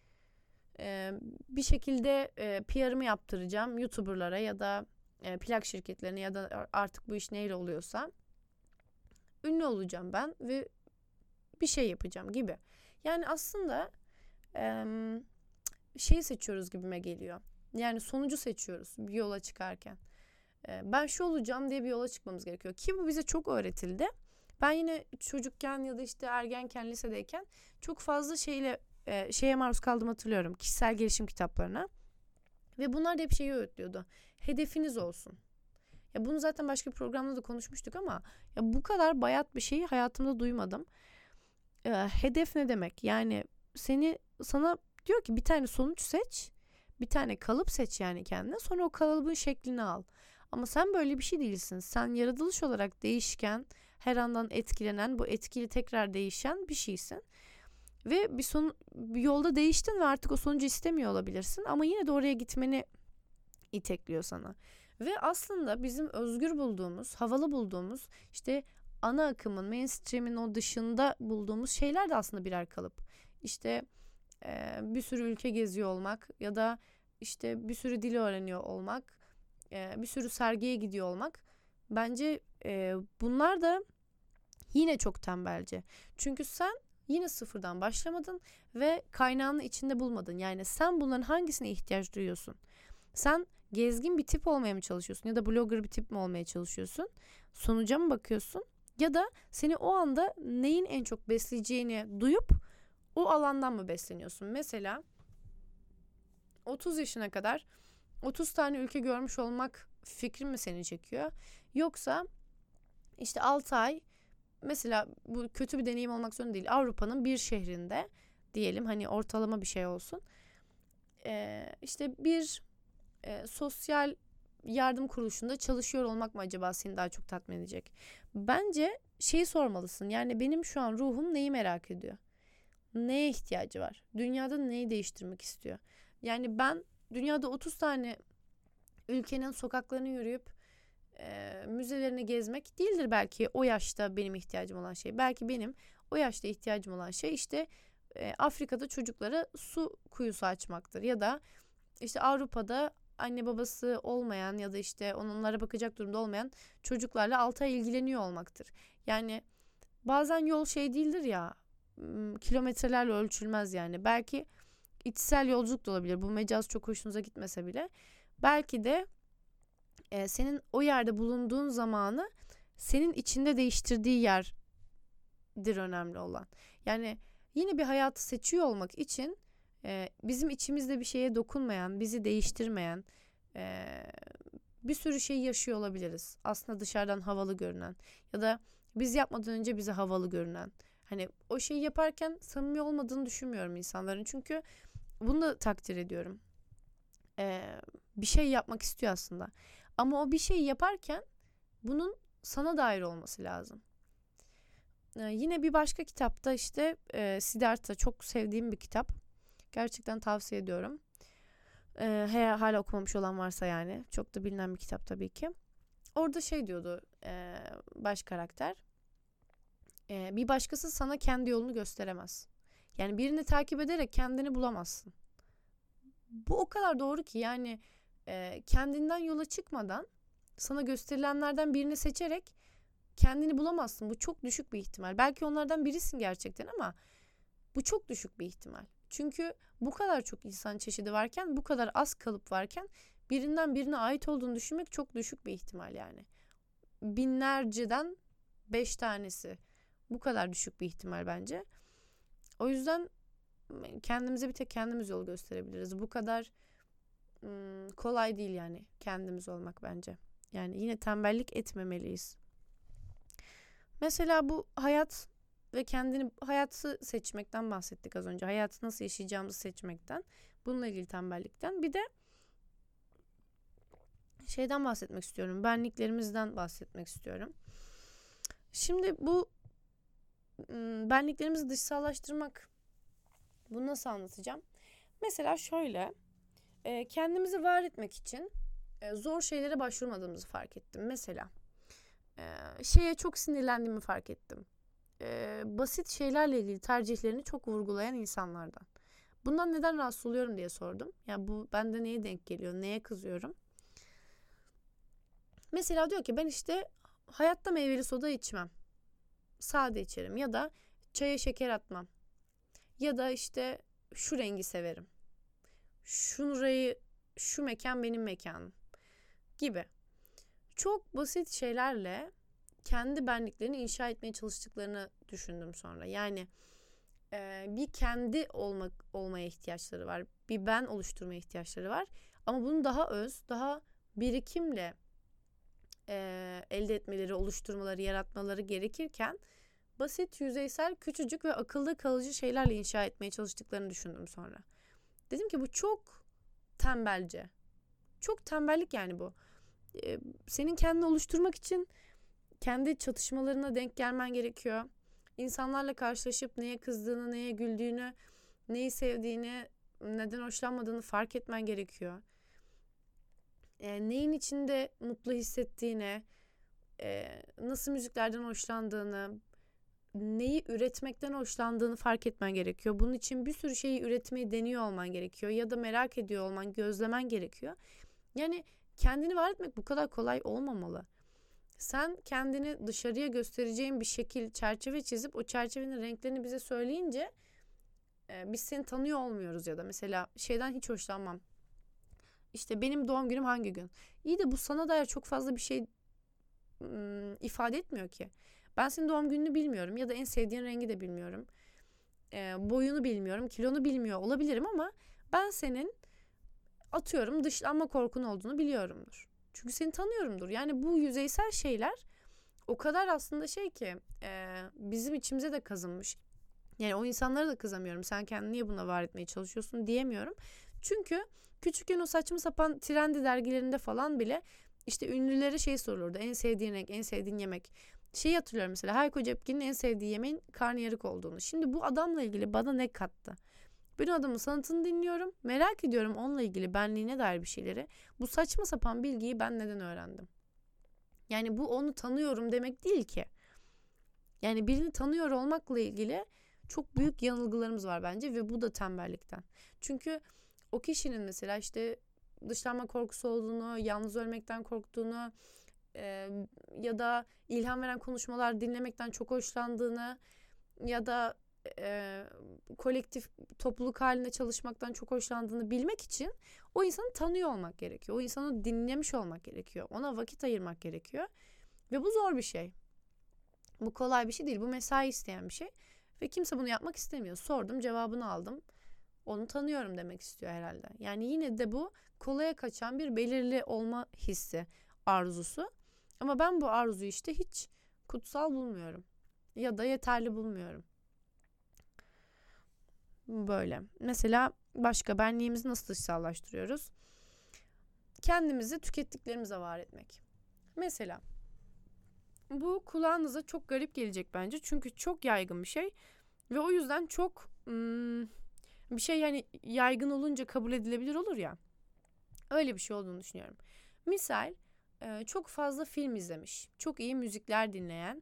E, bir şekilde e, P R'ımı yaptıracağım YouTuber'lara ya da e, plak şirketlerine ya da artık bu iş neyle oluyorsa. Ünlü olacağım ben ve bir şey yapacağım gibi. Yani aslında e, şeyi seçiyoruz gibime geliyor. Yani sonucu seçiyoruz bir yola çıkarken. E, ben şu olacağım diye bir yola çıkmamız gerekiyor. Ki bu bize çok öğretildi. Ben yine çocukken ya da işte ergenken, lisedeyken çok fazla şeyle e, şeye maruz kaldım hatırlıyorum. Kişisel gelişim kitaplarına. Ve bunlar da hep şeyi öğütlüyordu. Hedefiniz olsun. Ya bunu zaten başka bir programda da konuşmuştuk ama ya bu kadar bayat bir şeyi hayatımda duymadım. E, hedef ne demek? Yani seni sana diyor ki bir tane sonuç seç, bir tane kalıp seç yani kendine. Sonra o kalıbın şeklini al. Ama sen böyle bir şey değilsin. Sen yaratılış olarak değişken, her andan etkilenen, bu etkili tekrar değişen bir şeysin. Ve bir son bir yolda değiştin ve artık o sonucu istemiyor olabilirsin ama yine de oraya gitmeni itekliyor sana. Ve aslında bizim özgür bulduğumuz, havalı bulduğumuz, işte ana akımın, mainstream'in o dışında bulduğumuz şeyler de aslında birer kalıp. İşte e, bir sürü ülke geziyor olmak ya da işte bir sürü dil öğreniyor olmak, e, bir sürü sergiye gidiyor olmak. Bence e, bunlar da yine çok tembelce. Çünkü sen yine sıfırdan başlamadın ve kaynağını içinde bulmadın. Yani sen bunların hangisine ihtiyaç duyuyorsun? Sen gezgin bir tip olmaya mı çalışıyorsun ya da blogger bir tip mi olmaya çalışıyorsun? Sonuca mı bakıyorsun? Ya da seni o anda neyin en çok besleyeceğini duyup o alandan mı besleniyorsun? Mesela otuz yaşına kadar otuz tane ülke görmüş olmak fikri mi seni çekiyor? Yoksa işte altı ay mesela bu kötü bir deneyim olmak zorunda değil. Avrupa'nın bir şehrinde diyelim hani ortalama bir şey olsun. Ee, işte bir e, sosyal yardım kuruluşunda çalışıyor olmak mı acaba seni daha çok tatmin edecek? Bence şeyi sormalısın. Yani benim şu an ruhum neyi merak ediyor? Neye ihtiyacı var? Dünyada neyi değiştirmek istiyor? Yani ben dünyada otuz tane ülkenin sokaklarını yürüyüp e, müzelerini gezmek değildir belki o yaşta benim ihtiyacım olan şey. Belki benim o yaşta ihtiyacım olan şey işte e, Afrika'da çocuklara su kuyusu açmaktır. Ya da işte Avrupa'da anne babası olmayan ya da işte onlara bakacak durumda olmayan çocuklarla altı ay ilgileniyor olmaktır. Yani bazen yol şey değildir ya, kilometrelerle ölçülmez yani. Belki içsel yolculuk da olabilir. Bu mecaz çok hoşunuza gitmese bile. Belki de e, senin o yerde bulunduğun zamanı senin içinde değiştirdiği yerdir önemli olan. Yani yine bir hayatı seçiyor olmak için e, bizim içimizde bir şeye dokunmayan, bizi değiştirmeyen e, bir sürü şey yaşıyor olabiliriz. Aslında dışarıdan havalı görünen ya da biz yapmadan önce bize havalı görünen. Hani o şeyi yaparken samimi olmadığını düşünmüyorum insanların. Çünkü bunu da takdir ediyorum. Ee, bir şey yapmak istiyor aslında. Ama o bir şeyi yaparken bunun sana dair olması lazım. Ee, yine bir başka kitapta işte e, Siddhartha, çok sevdiğim bir kitap. Gerçekten tavsiye ediyorum. Ee, he, hala okumamış olan varsa yani. Çok da bilinen bir kitap tabii ki. Orada şey diyordu e, baş karakter. E, bir başkası sana kendi yolunu gösteremez. Yani birini takip ederek kendini bulamazsın. Bu o kadar doğru ki yani e, kendinden yola çıkmadan sana gösterilenlerden birini seçerek kendini bulamazsın. Bu çok düşük bir ihtimal. Belki onlardan birisin gerçekten ama bu çok düşük bir ihtimal. Çünkü bu kadar çok insan çeşidi varken, bu kadar az kalıp varken birinden birine ait olduğunu düşünmek çok düşük bir ihtimal yani. Binlerceden beş tanesi. Bu kadar düşük bir ihtimal bence. O yüzden kendimize bir tek kendimiz yol gösterebiliriz. Bu kadar ım, kolay değil yani kendimiz olmak bence. Yani yine tembellik etmemeliyiz. Mesela bu hayat ve kendini, hayatı seçmekten bahsettik az önce. Hayatı nasıl yaşayacağımızı seçmekten. Bununla ilgili tembellikten. Bir de şeyden bahsetmek istiyorum. Benliklerimizden bahsetmek istiyorum. Şimdi bu benliklerimizi dışsallaştırmak, bunu nasıl anlatacağım? Mesela şöyle, kendimizi var etmek için zor şeylere başvurmadığımızı fark ettim. Mesela şeye çok sinirlendiğimi fark ettim. Basit şeylerle ilgili tercihlerini çok vurgulayan insanlardan. Bundan neden rahatsız oluyorum diye sordum. Ya yani bu bende neye denk geliyor, neye kızıyorum? Mesela diyor ki ben işte hayatta meyveli soda içmem. Sade içerim ya da çaya şeker atmam. Ya da işte şu rengi severim. Şurayı, şu mekan benim mekanım gibi. Çok basit şeylerle kendi benliklerini inşa etmeye çalıştıklarını düşündüm sonra. Yani e, bir kendi olmak olmaya ihtiyaçları var. Bir ben oluşturmaya ihtiyaçları var. Ama bunu daha öz, daha birikimle e, elde etmeleri, oluşturmaları, yaratmaları gerekirken basit, yüzeysel, küçücük ve akılda kalıcı şeylerle inşa etmeye çalıştıklarını düşündüm sonra. Dedim ki bu çok tembelce. Çok tembellik yani bu. Ee, senin kendini oluşturmak için kendi çatışmalarına denk gelmen gerekiyor. İnsanlarla karşılaşıp neye kızdığını, neye güldüğünü, neyi sevdiğini, neden hoşlanmadığını fark etmen gerekiyor. Ee, neyin içinde mutlu hissettiğini, e, nasıl müziklerden hoşlandığını, neyi üretmekten hoşlandığını fark etmen gerekiyor. Bunun için bir sürü şeyi üretmeyi deniyor olman gerekiyor. Ya da merak ediyor olman, gözlemen gerekiyor. Yani kendini var etmek bu kadar kolay olmamalı. Sen kendini dışarıya göstereceğin bir şekil, çerçeve çizip o çerçevenin renklerini bize söyleyince e, biz seni tanıyor olmuyoruz ya da mesela şeyden hiç hoşlanmam. İşte benim doğum günüm hangi gün? İyi de bu sana dair çok fazla bir şey ım, ifade etmiyor ki. Ben senin doğum gününü bilmiyorum ya da en sevdiğin rengi de bilmiyorum. E, boyunu bilmiyorum, kilonu bilmiyor olabilirim ama ben senin atıyorum dışlanma korkun olduğunu biliyorumdur. Çünkü seni tanıyorumdur. Yani bu yüzeysel şeyler o kadar aslında şey ki e, bizim içimize de kazınmış. Yani o insanlara da kızamıyorum. Sen kendini niye buna var etmeye çalışıyorsun diyemiyorum. Çünkü küçükken o saçma sapan Trendi dergilerinde falan bile işte ünlülere şey sorulurdu. En sevdiğin renk, en sevdiğin yemek. Şeyi hatırlıyorum mesela Hayko Cepkin'in en sevdiği yemeğin karnıyarık olduğunu. Şimdi bu adamla ilgili bana ne kattı? Ben o adamın sanatını dinliyorum. Merak ediyorum onunla ilgili benliğine dair bir şeyleri. Bu saçma sapan bilgiyi ben neden öğrendim? Yani bu onu tanıyorum demek değil ki. Yani birini tanıyor olmakla ilgili çok büyük yanılgılarımız var bence ve bu da tembellikten. Çünkü o kişinin mesela işte dışlanma korkusu olduğunu, yalnız ölmekten korktuğunu e, ya da ilham veren konuşmalar dinlemekten çok hoşlandığını ya da e, kolektif topluluk halinde çalışmaktan çok hoşlandığını bilmek için o insanı tanıyor olmak gerekiyor. O insanı dinlemiş olmak gerekiyor. Ona vakit ayırmak gerekiyor. Ve bu zor bir şey. Bu kolay bir şey değil. Bu mesai isteyen bir şey. Ve kimse bunu yapmak istemiyor. Sordum, cevabını aldım. Onu tanıyorum demek istiyor herhalde. Yani yine de bu kolaya kaçan bir belirli olma hissi, arzusu. Ama ben bu arzuyu işte hiç kutsal bulmuyorum. Ya da yeterli bulmuyorum. Böyle. Mesela başka benliğimizi nasıl dışsallaştırıyoruz? Kendimizi tükettiklerimize var etmek. Mesela bu kulağınıza çok garip gelecek bence. Çünkü çok yaygın bir şey. Ve o yüzden çok hmm, bir şey yani yaygın olunca kabul edilebilir olur ya. Öyle bir şey olduğunu düşünüyorum. Misal çok fazla film izlemiş. Çok iyi müzikler dinleyen.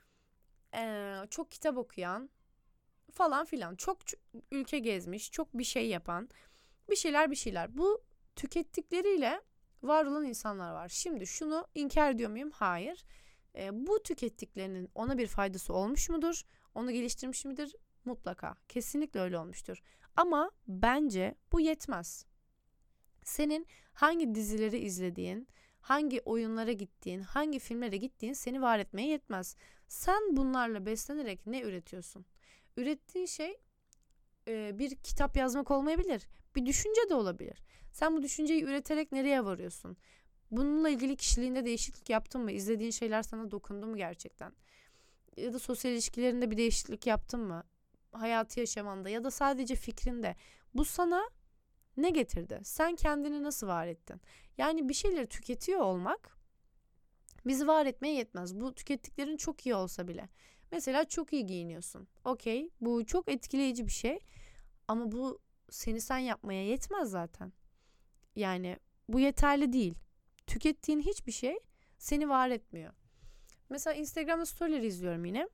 Çok kitap okuyan. Falan filan. Çok ülke gezmiş. Çok bir şey yapan. Bir şeyler bir şeyler. Bu tükettikleriyle var olan insanlar var. Şimdi şunu inkar ediyor muyum? Hayır. E, bu tükettiklerinin ona bir faydası olmuş mudur? Onu geliştirmiş midir? Mutlaka. Kesinlikle öyle olmuştur. Ama bence bu yetmez. Senin hangi dizileri izlediğin, hangi oyunlara gittiğin, hangi filmlere gittiğin seni var etmeye yetmez. Sen bunlarla beslenerek ne üretiyorsun? Ürettiğin şey e, bir kitap yazmak olmayabilir. Bir düşünce de olabilir. Sen bu düşünceyi üreterek nereye varıyorsun? Bununla ilgili kişiliğinde değişiklik yaptın mı? İzlediğin şeyler sana dokundu mu gerçekten? Ya da sosyal ilişkilerinde bir değişiklik yaptın mı? Hayatı yaşamanda ya da sadece fikrinde. Bu sana ne getirdi? Sen kendini nasıl var ettin? Yani bir şeyleri tüketiyor olmak bizi var etmeye yetmez. Bu tükettiklerin çok iyi olsa bile. Mesela çok iyi giyiniyorsun. Okey, bu çok etkileyici bir şey. Ama bu seni sen yapmaya yetmez zaten. Yani bu yeterli değil. Tükettiğin hiçbir şey seni var etmiyor. Mesela Instagram'da storyleri izliyorum yine.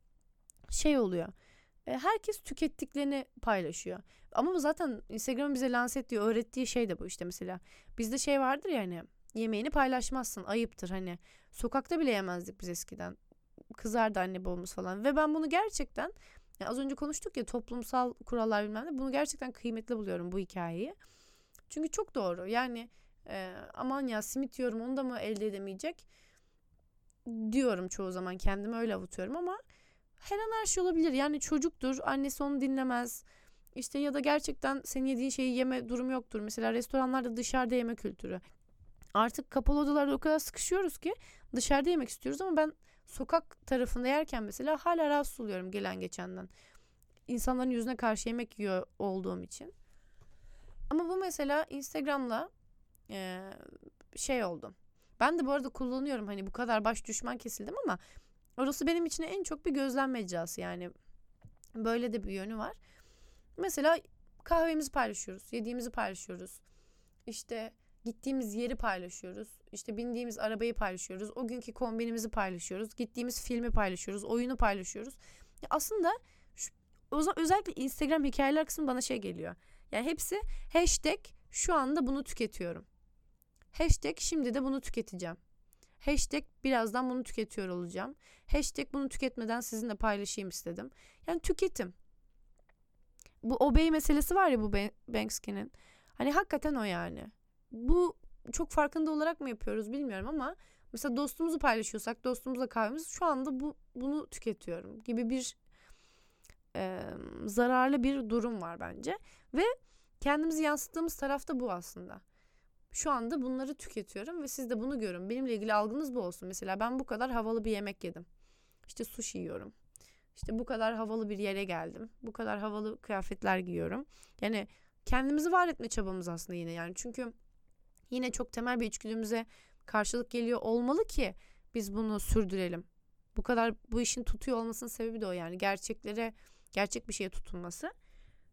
Şey oluyor. Herkes tükettiklerini paylaşıyor. Ama bu zaten Instagram'ın bize lanse ettiği, öğrettiği şey de bu işte mesela. Bizde şey vardır ya hani yemeğini paylaşmazsın, ayıptır hani. Sokakta bile yemezdik biz eskiden. Kızardı anne babamız falan. Ve ben bunu gerçekten yani az önce konuştuk ya toplumsal kurallar bilmem ne. Bunu gerçekten kıymetli buluyorum bu hikayeyi. Çünkü çok doğru. Yani e, aman ya simit yiyorum onu da mı elde edemeyecek diyorum çoğu zaman. Kendimi öyle avutuyorum ama her an her şey olabilir. Yani çocuktur. Annesi onu dinlemez. İşte ya da gerçekten senin yediğin şeyi yeme durumu yoktur. Mesela restoranlarda dışarıda yeme kültürü. Artık kapalı odalarda o kadar sıkışıyoruz ki dışarıda yemek istiyoruz ama ben sokak tarafında yerken mesela hala rahatsız oluyorum gelen geçenden. İnsanların yüzüne karşı yemek yiyor olduğum için. Ama bu mesela Instagram'la e, şey oldu. Ben de bu arada kullanıyorum hani bu kadar baş düşman kesildim ama orası benim için en çok bir gözlem mecrası yani. Böyle de bir yönü var. Mesela kahvemizi paylaşıyoruz, yediğimizi paylaşıyoruz. İşte gittiğimiz yeri paylaşıyoruz. İşte bindiğimiz arabayı paylaşıyoruz. O günkü kombinimizi paylaşıyoruz. Gittiğimiz filmi paylaşıyoruz. Oyunu paylaşıyoruz. Ya aslında şu, özellikle Instagram hikayeler kısmı bana şey geliyor. Yani hepsi hashtag şu anda bunu tüketiyorum. Hashtag şimdi de bunu tüketeceğim. Hashtag birazdan bunu tüketiyor olacağım. Hashtag bunu tüketmeden sizinle paylaşayım istedim. Yani tüketim. Bu obey meselesi var ya bu Banksy'nin. Hani hakikaten o yani. Bu çok farkında olarak mı yapıyoruz bilmiyorum ama mesela dostumuzu paylaşıyorsak dostumuzla kahvemiz şu anda bu bunu tüketiyorum gibi bir e, zararlı bir durum var bence. Ve kendimizi yansıttığımız tarafta bu aslında. Şu anda bunları tüketiyorum ve siz de bunu görün. Benimle ilgili algınız bu olsun. Mesela ben bu kadar havalı bir yemek yedim. İşte sushi yiyorum. İşte bu kadar havalı bir yere geldim. Bu kadar havalı kıyafetler giyiyorum. Yani kendimizi var etme çabamız aslında yine yani. Çünkü yine çok temel bir içgüdümüze karşılık geliyor olmalı ki biz bunu sürdürelim. Bu kadar bu işin tutuyor olmasının sebebi de o yani. Gerçeklere, gerçek bir şeye tutunması.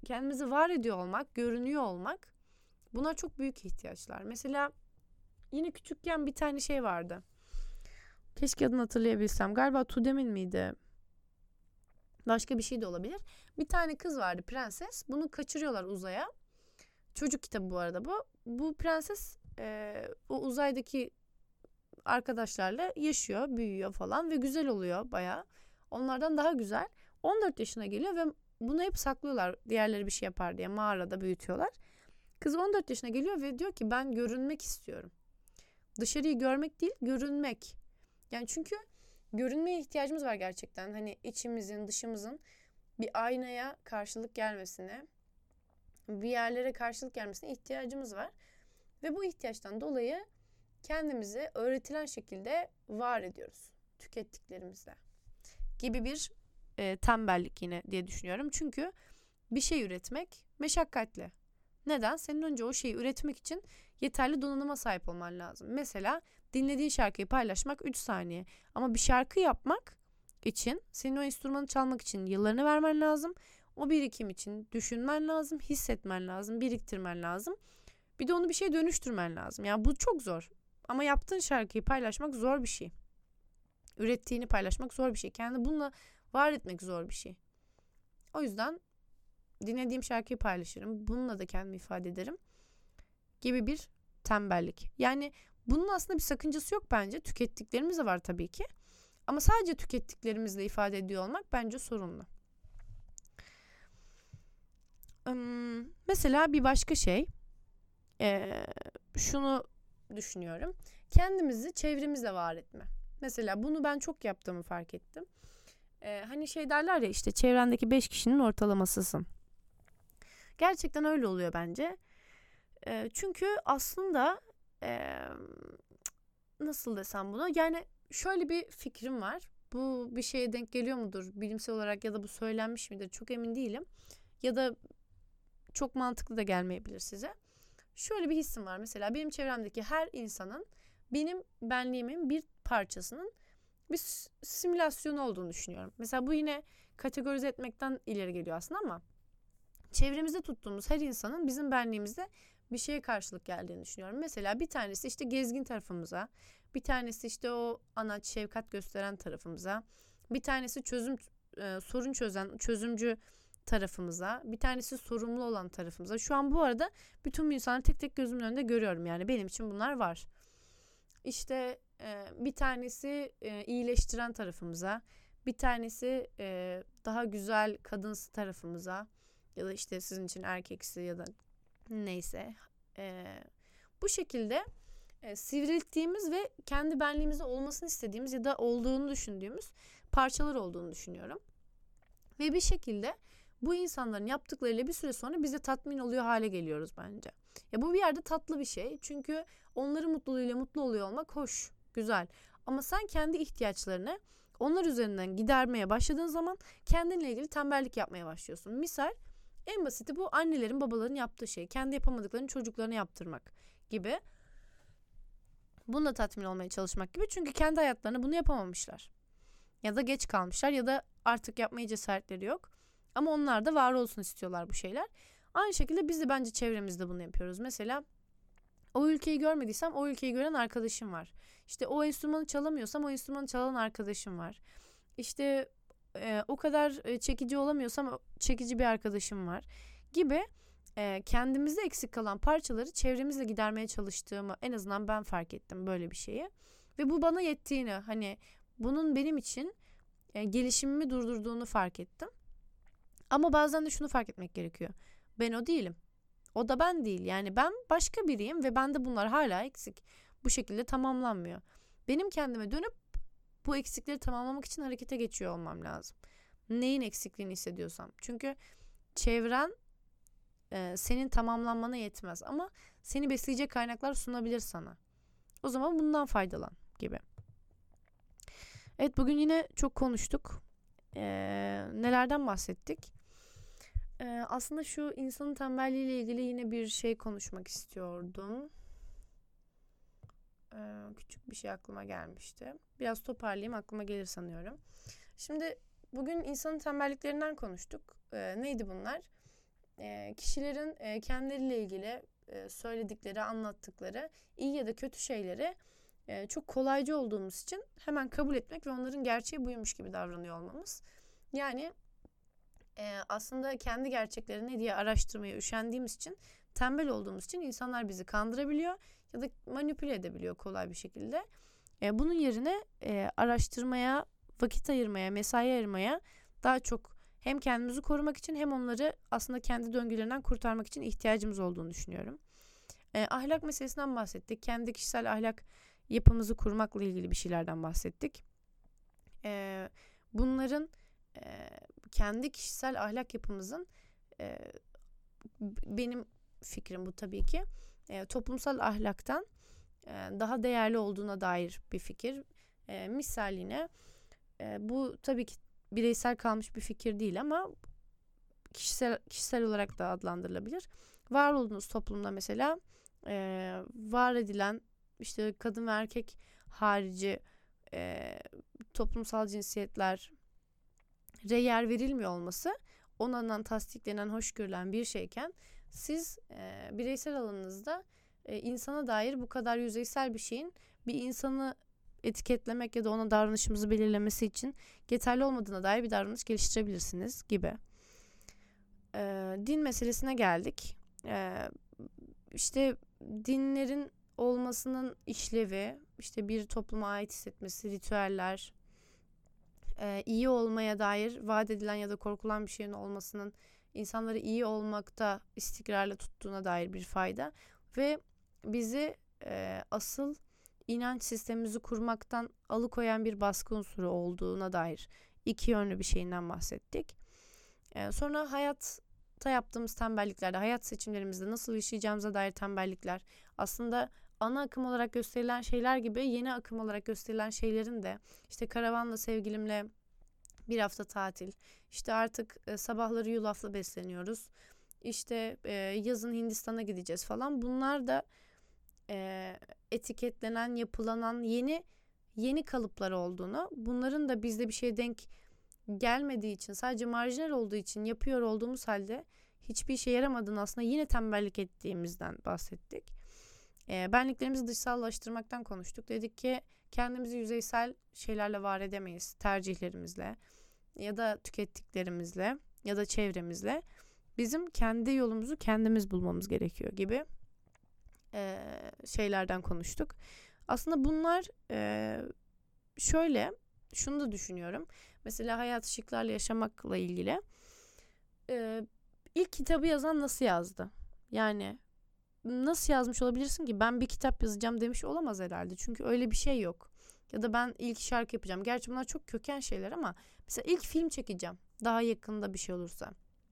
kendimizi var ediyor olmak, görünüyor olmak, bunlar çok büyük ihtiyaçlar. Mesela yine küçükken bir tane şey vardı. Keşke adını hatırlayabilsem. Galiba Tudem'in miydi? Başka bir şey de olabilir. Bir tane kız vardı, prenses. Bunu kaçırıyorlar uzaya. Çocuk kitabı bu arada bu. Bu prenses e, o uzaydaki arkadaşlarla yaşıyor, büyüyor falan ve güzel oluyor bayağı. Onlardan daha güzel. on dört yaşına geliyor ve bunu hep saklıyorlar. Diğerleri bir şey yapar diye mağarada büyütüyorlar. Kız on dört yaşına geliyor ve diyor ki ben görünmek istiyorum. Dışarıyı görmek değil, görünmek. Yani çünkü görünmeye ihtiyacımız var gerçekten. Hani içimizin, dışımızın bir aynaya karşılık gelmesine, bir yerlere karşılık gelmesine ihtiyacımız var. Ve bu ihtiyaçtan dolayı kendimizi öğretilen şekilde var ediyoruz. Tükettiklerimizle. Gibi bir e, tembellik yine diye düşünüyorum. Çünkü bir şey üretmek meşakkatli. Neden? Senin önce o şeyi üretmek için yeterli donanıma sahip olman lazım. Mesela dinlediğin şarkıyı paylaşmak üç saniye. Ama bir şarkı yapmak için, senin o enstrümanı çalmak için yıllarını vermen lazım. O birikim için düşünmen lazım, hissetmen lazım, biriktirmen lazım. Bir de onu bir şeye dönüştürmen lazım. Yani bu çok zor. Ama yaptığın şarkıyı paylaşmak zor bir şey. Ürettiğini paylaşmak zor bir şey. Kendi bununla var etmek zor bir şey. O yüzden dinlediğim şarkıyı paylaşırım. Bununla da kendimi ifade ederim. Gibi bir tembellik. Yani bunun aslında bir sakıncası yok bence. Tükettiklerimiz de var tabii ki. Ama sadece tükettiklerimizle ifade ediyor olmak bence sorunlu. Hmm, mesela bir başka şey. Ee, şunu düşünüyorum. Kendimizi çevremizle var etme. Mesela bunu ben çok yaptığımı fark ettim. Ee, hani şey derler ya, işte çevrendeki beş kişinin ortalamasısın. Gerçekten öyle oluyor bence. Ee, çünkü aslında e, nasıl desem bunu? Yani şöyle bir fikrim var. Bu bir şeye denk geliyor mudur bilimsel olarak ya da bu söylenmiş midir çok emin değilim. Ya da çok mantıklı da gelmeyebilir size. Şöyle bir hissim var. Mesela benim çevremdeki her insanın benim benliğimin bir parçasının bir simülasyonu olduğunu düşünüyorum. Mesela bu yine kategorize etmekten ileri geliyor aslında ama çevremizde tuttuğumuz her insanın bizim benliğimizde bir şeye karşılık geldiğini düşünüyorum. Mesela bir tanesi işte gezgin tarafımıza, bir tanesi işte o anaç, şefkat gösteren tarafımıza, bir tanesi çözüm e, sorun çözen, çözümcü tarafımıza, bir tanesi sorumlu olan tarafımıza. Şu an bu arada bütün bu insanları tek tek gözümün önünde görüyorum. Yani benim için bunlar var. İşte e, bir tanesi e, iyileştiren tarafımıza, bir tanesi e, daha güzel kadınsı tarafımıza ya da işte sizin için erkeksi ya da neyse. E, bu şekilde e, sivrilttiğimiz ve kendi benliğimizde olmasını istediğimiz ya da olduğunu düşündüğümüz parçalar olduğunu düşünüyorum. Ve bir şekilde bu insanların yaptıklarıyla bir süre sonra bize tatmin oluyor hale geliyoruz bence. Ya bu bir yerde tatlı bir şey. Çünkü onların mutluluğuyla mutlu oluyor olmak hoş, güzel. Ama sen kendi ihtiyaçlarını onlar üzerinden gidermeye başladığın zaman kendinle ilgili tembellik yapmaya başlıyorsun. Misal en basiti bu annelerin babaların yaptığı şey. Kendi yapamadıklarını çocuklarına yaptırmak gibi. Bununla tatmin olmaya çalışmak gibi. Çünkü kendi hayatlarında bunu yapamamışlar. Ya da geç kalmışlar ya da artık yapmaya cesaretleri yok. Ama onlar da var olsun istiyorlar bu şeyler. Aynı şekilde biz de bence çevremizde bunu yapıyoruz. Mesela o ülkeyi görmediysem o ülkeyi gören arkadaşım var. İşte o enstrümanı çalamıyorsam o enstrümanı çalan arkadaşım var. İşte e, o kadar e, çekici olamıyorsam çekici bir arkadaşım var gibi e, kendimizde eksik kalan parçaları çevremizle gidermeye çalıştığımı en azından ben fark ettim böyle bir şeyi. Ve bu bana yettiğini, hani bunun benim için e, gelişimimi durdurduğunu fark ettim. Ama bazen de şunu fark etmek gerekiyor. Ben o değilim. O da ben değil. Yani ben başka biriyim ve bende bunlar hala eksik. Bu şekilde tamamlanmıyor. Benim kendime dönüp bu eksikleri tamamlamak için harekete geçiyor olmam lazım. Neyin eksikliğini hissediyorsam. Çünkü çevren e, senin tamamlanmana yetmez. Ama seni besleyecek kaynaklar sunabilir sana. O zaman bundan faydalan gibi. Evet, bugün yine çok konuştuk. Ee, nelerden bahsettik? Ee, aslında şu insanın tembelliğiyle ilgili yine bir şey konuşmak istiyordum. Ee, küçük bir şey aklıma gelmişti. Biraz toparlayayım, aklıma gelir sanıyorum. Şimdi bugün insanın tembelliklerinden konuştuk. Ee, neydi bunlar? e, kişilerin e, kendileriyle ilgili e, söyledikleri, anlattıkları iyi ya da kötü şeyleri e, çok kolaycı olduğumuz için hemen kabul etmek ve onların gerçeği buymuş gibi davranıyor olmamız. Yani e, aslında kendi gerçekleri ne diye araştırmaya üşendiğimiz için, tembel olduğumuz için insanlar bizi kandırabiliyor ya da manipüle edebiliyor kolay bir şekilde. E, bunun yerine e, araştırmaya, vakit ayırmaya, mesai ayırmaya daha çok hem kendimizi korumak için hem onları aslında kendi döngülerinden kurtarmak için ihtiyacımız olduğunu düşünüyorum. E, ahlak meselesinden bahsettik. Kendi kişisel ahlak yapımızı kurmakla ilgili bir şeylerden bahsettik. E, bunların e, kendi kişisel ahlak yapımızın e, benim fikrim bu tabii ki e, toplumsal ahlaktan e, daha değerli olduğuna dair bir fikir. E, misaline e, bu tabii ki bireysel kalmış bir fikir değil ama kişisel kişisel olarak da adlandırılabilir. Var olduğunuz toplumda mesela e, var edilen işte kadın ve erkek harici e, toplumsal cinsiyetler yer verilmiyor olması ondan tasdiklenen, hoş görülen bir şeyken siz e, bireysel alanınızda e, insana dair bu kadar yüzeysel bir şeyin bir insanı etiketlemek ya da ona davranışımızı belirlemesi için yeterli olmadığına dair bir davranış geliştirebilirsiniz gibi. E, din meselesine geldik. E, işte dinlerin olmasının işlevi, işte bir topluma ait hissetmesi, ritüeller, e, iyi olmaya dair vaat edilen ya da korkulan bir şeyin olmasının insanları iyi olmakta istikrarlı tuttuğuna dair bir fayda ve bizi e, asıl inanç sistemimizi kurmaktan alıkoyan bir baskı unsuru olduğuna dair iki yönlü bir şeyinden bahsettik. E, sonra hayatta yaptığımız tembelliklerde, hayat seçimlerimizde nasıl yaşayacağımıza dair tembellikler, aslında ana akım olarak gösterilen şeyler gibi yeni akım olarak gösterilen şeylerin de işte karavanla sevgilimle bir hafta tatil, işte artık e, sabahları yulafla besleniyoruz, işte e, yazın Hindistan'a gideceğiz falan, bunlar da e, etiketlenen, yapılanan yeni yeni kalıplar olduğunu, bunların da bizde bir şeye denk gelmediği için, sadece marjinal olduğu için yapıyor olduğumuz halde hiçbir işe yaramadığını, aslında yine tembellik ettiğimizden bahsettik. E, benliklerimizi dışsallaştırmaktan konuştuk. Dedik ki kendimizi yüzeysel şeylerle var edemeyiz. Tercihlerimizle ya da tükettiklerimizle ya da çevremizle. Bizim kendi yolumuzu kendimiz bulmamız gerekiyor gibi e, şeylerden konuştuk. Aslında bunlar e, şöyle, şunu da düşünüyorum. Mesela hayat ışıklarla yaşamakla ilgili e, ilk kitabı yazan nasıl yazdı? Yani nasıl yazmış olabilirsin ki? Ben bir kitap yazacağım demiş olamaz herhalde. Çünkü öyle bir şey yok. Ya da ben ilk şarkı yapacağım. Gerçi bunlar çok köken şeyler ama mesela ilk film çekeceğim. Daha yakında bir şey olursa.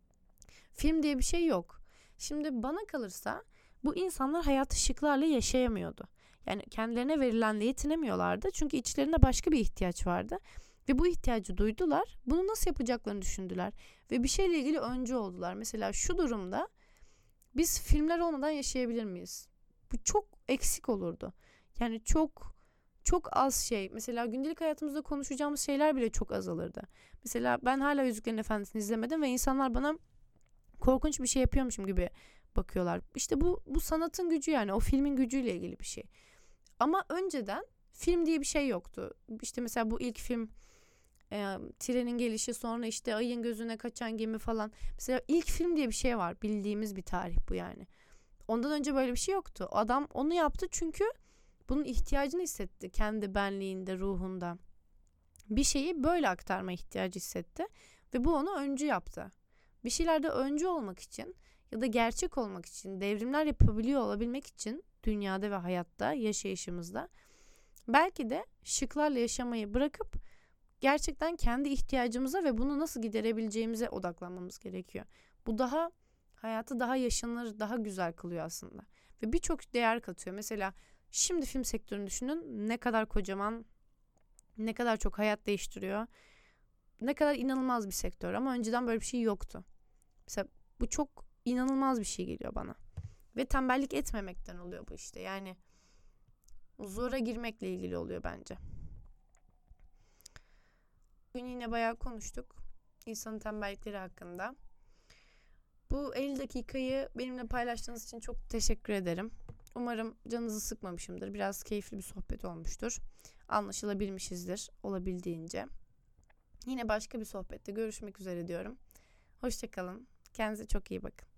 Film diye bir şey yok. Şimdi bana kalırsa bu insanlar hayatı şıklarla yaşayamıyordu. Yani kendilerine verilenle yetinemiyorlardı. Çünkü içlerinde başka bir ihtiyaç vardı. Ve bu ihtiyacı duydular. Bunu nasıl yapacaklarını düşündüler. Ve bir şeyle ilgili öncü oldular. Mesela şu durumda biz filmler olmadan yaşayabilir miyiz? Bu çok eksik olurdu. Yani çok çok az şey. Mesela gündelik hayatımızda konuşacağımız şeyler bile çok azalırdı. Mesela ben hala Yüzüklerin Efendisi'ni izlemedim ve insanlar bana korkunç bir şey yapıyormuşum gibi bakıyorlar. İşte bu bu sanatın gücü, yani o filmin gücüyle ilgili bir şey. Ama önceden film diye bir şey yoktu. İşte mesela bu ilk film e, trenin gelişi, sonra işte ayın gözüne kaçan gemi falan. Mesela ilk film diye bir şey var. Bildiğimiz bir tarih bu yani. Ondan önce böyle bir şey yoktu. Adam onu yaptı çünkü bunun ihtiyacını hissetti. Kendi benliğinde, ruhunda. Bir şeyi böyle aktarma ihtiyacı hissetti. Ve bu onu öncü yaptı. Bir şeylerde öncü olmak için ya da gerçek olmak için, devrimler yapabiliyor olabilmek için dünyada ve hayatta, yaşayışımızda belki de şıklarla yaşamayı bırakıp gerçekten kendi ihtiyacımıza ve bunu nasıl giderebileceğimize odaklanmamız gerekiyor. Bu daha hayatı daha yaşanır, daha güzel kılıyor aslında. Ve birçok değer katıyor. Mesela şimdi film sektörünü düşünün, ne kadar kocaman, ne kadar çok hayat değiştiriyor. Ne kadar inanılmaz bir sektör ama önceden böyle bir şey yoktu. Mesela bu çok inanılmaz bir şey geliyor bana. Ve tembellik etmemekten oluyor bu işte. Yani zora girmekle ilgili oluyor bence. Bugün yine bayağı konuştuk insanın tembellikleri hakkında. Bu elli dakikayı benimle paylaştığınız için çok teşekkür ederim. Umarım canınızı sıkmamışımdır. Biraz keyifli bir sohbet olmuştur. Anlaşılabilmişizdir olabildiğince. Yine başka bir sohbette görüşmek üzere diyorum. Hoşça kalın. Kendinize çok iyi bakın.